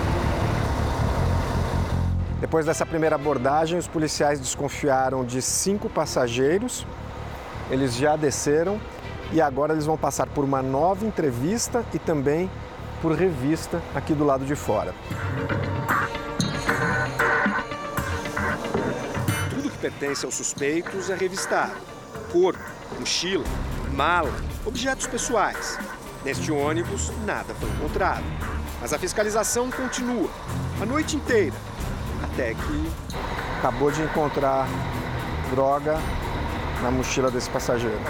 Depois dessa primeira abordagem, os policiais desconfiaram de 5 passageiros. Eles já desceram e agora eles vão passar por uma nova entrevista e também por revista aqui do lado de fora. Tudo que pertence aos suspeitos é revistado. Corpo, mochila, mala, objetos pessoais. Neste ônibus, nada foi encontrado. Mas a fiscalização continua, a noite inteira, até que... Acabou de encontrar droga na mochila desse passageiro.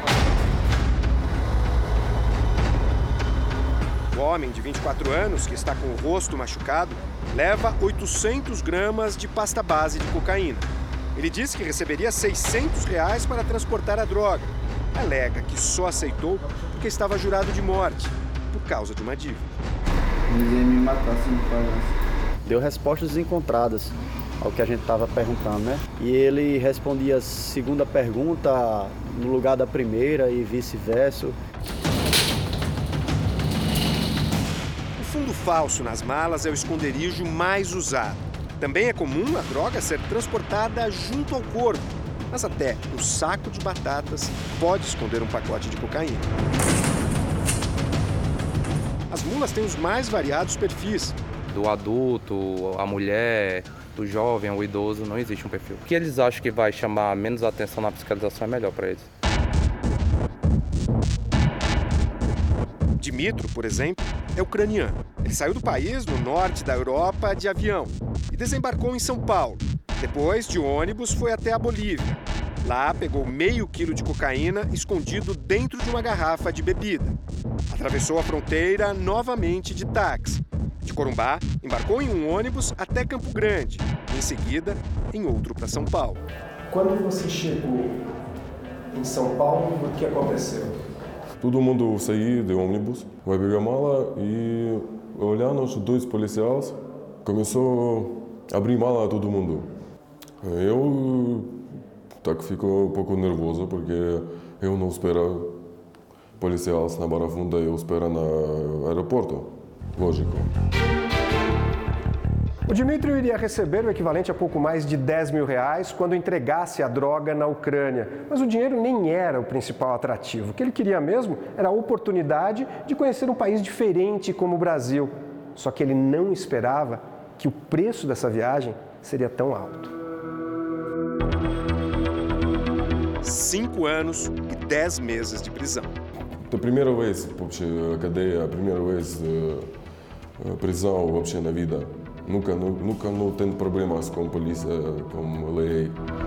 O homem de 24 anos, que está com o rosto machucado, leva 800 gramas de pasta base de cocaína. Ele disse que receberia R$600 para transportar a droga. Alega que só aceitou porque estava jurado de morte, por causa de uma dívida. Eles iam me matar se não pagasse. Deu respostas desencontradas ao que a gente estava perguntando, né? E ele respondia a segunda pergunta no lugar da primeira e vice-versa. O fundo falso nas malas é o esconderijo mais usado. Também é comum a droga ser transportada junto ao corpo, mas até o saco de batatas pode esconder um pacote de cocaína. As mulas têm os mais variados perfis. Do adulto, a mulher, do jovem, o idoso, não existe um perfil. O que eles acham que vai chamar menos atenção na fiscalização é melhor para eles. Dimitro, por exemplo, é ucraniano. Ele saiu do país, no norte da Europa, de avião e desembarcou em São Paulo. Depois, de ônibus, foi até a Bolívia. Lá, pegou meio quilo de cocaína escondido dentro de uma garrafa de bebida. Atravessou a fronteira novamente de táxi. De Corumbá, embarcou em um ônibus até Campo Grande. E, em seguida, em outro para São Paulo. Quando você chegou em São Paulo, o que aconteceu? Todo mundo saiu do ônibus, vai pegar a mala e olhando os 2 policiais, começou a abrir mala a todo mundo. Eu fico um pouco nervoso porque eu não espero policiais na Barra Funda, eu espero no aeroporto, lógico. O Dmitry iria receber o equivalente a pouco mais de R$10 mil quando entregasse a droga na Ucrânia. Mas o dinheiro nem era o principal atrativo. O que ele queria mesmo era a oportunidade de conhecer um país diferente como o Brasil. Só que ele não esperava que o preço dessa viagem seria tão alto. 5 anos e 10 meses de prisão. A primeira vez, a cadeia, a primeira vez prisão вообще na vida. Nunca não tenho problemas com polícia, com lei.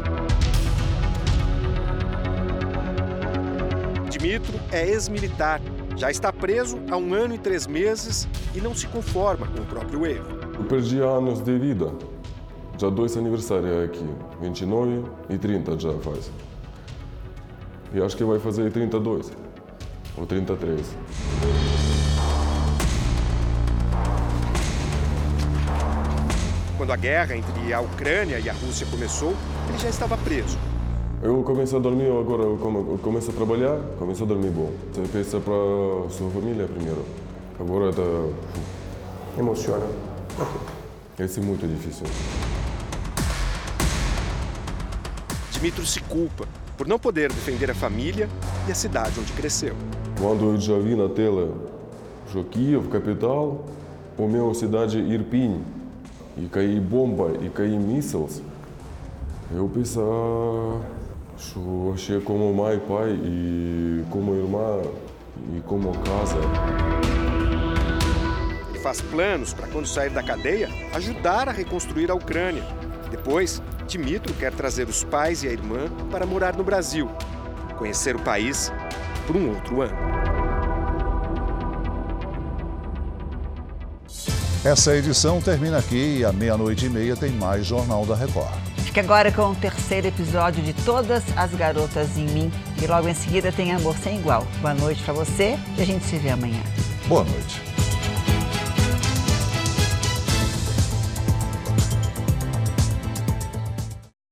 Dimitro é ex-militar, já está preso há 1 ano e 3 meses e não se conforma com o próprio erro. Eu perdi anos de vida. Já 2 aniversários aqui, 29 e 30 já faz. E acho que vai fazer 32 ou 33. Quando a guerra entre a Ucrânia e a Rússia começou, ele já estava preso. Eu comecei a dormir, agora eu começo a trabalhar, começo a dormir bom. Você pensa para a sua família primeiro. Agora está... Emociona. Esse é muito difícil. Dmytro se culpa por não poder defender a família e a cidade onde cresceu. Quando eu já vi na tela Kiev, capital, a minha cidade Irpin, e cair bomba e cair mísseis, eu pensei, eu achei como mãe, pai, e como irmã, e como casa. Ele faz planos para, quando sair da cadeia, ajudar a reconstruir a Ucrânia. Depois, Dmytro quer trazer os pais e a irmã para morar no Brasil, conhecer o país por um outro ano. Essa edição termina aqui e à 00:30 tem mais Jornal da Record. Fique agora com o 3º episódio de Todas as Garotas em Mim. E logo em seguida tem Amor Sem Igual. Boa noite para você e a gente se vê amanhã. Boa noite.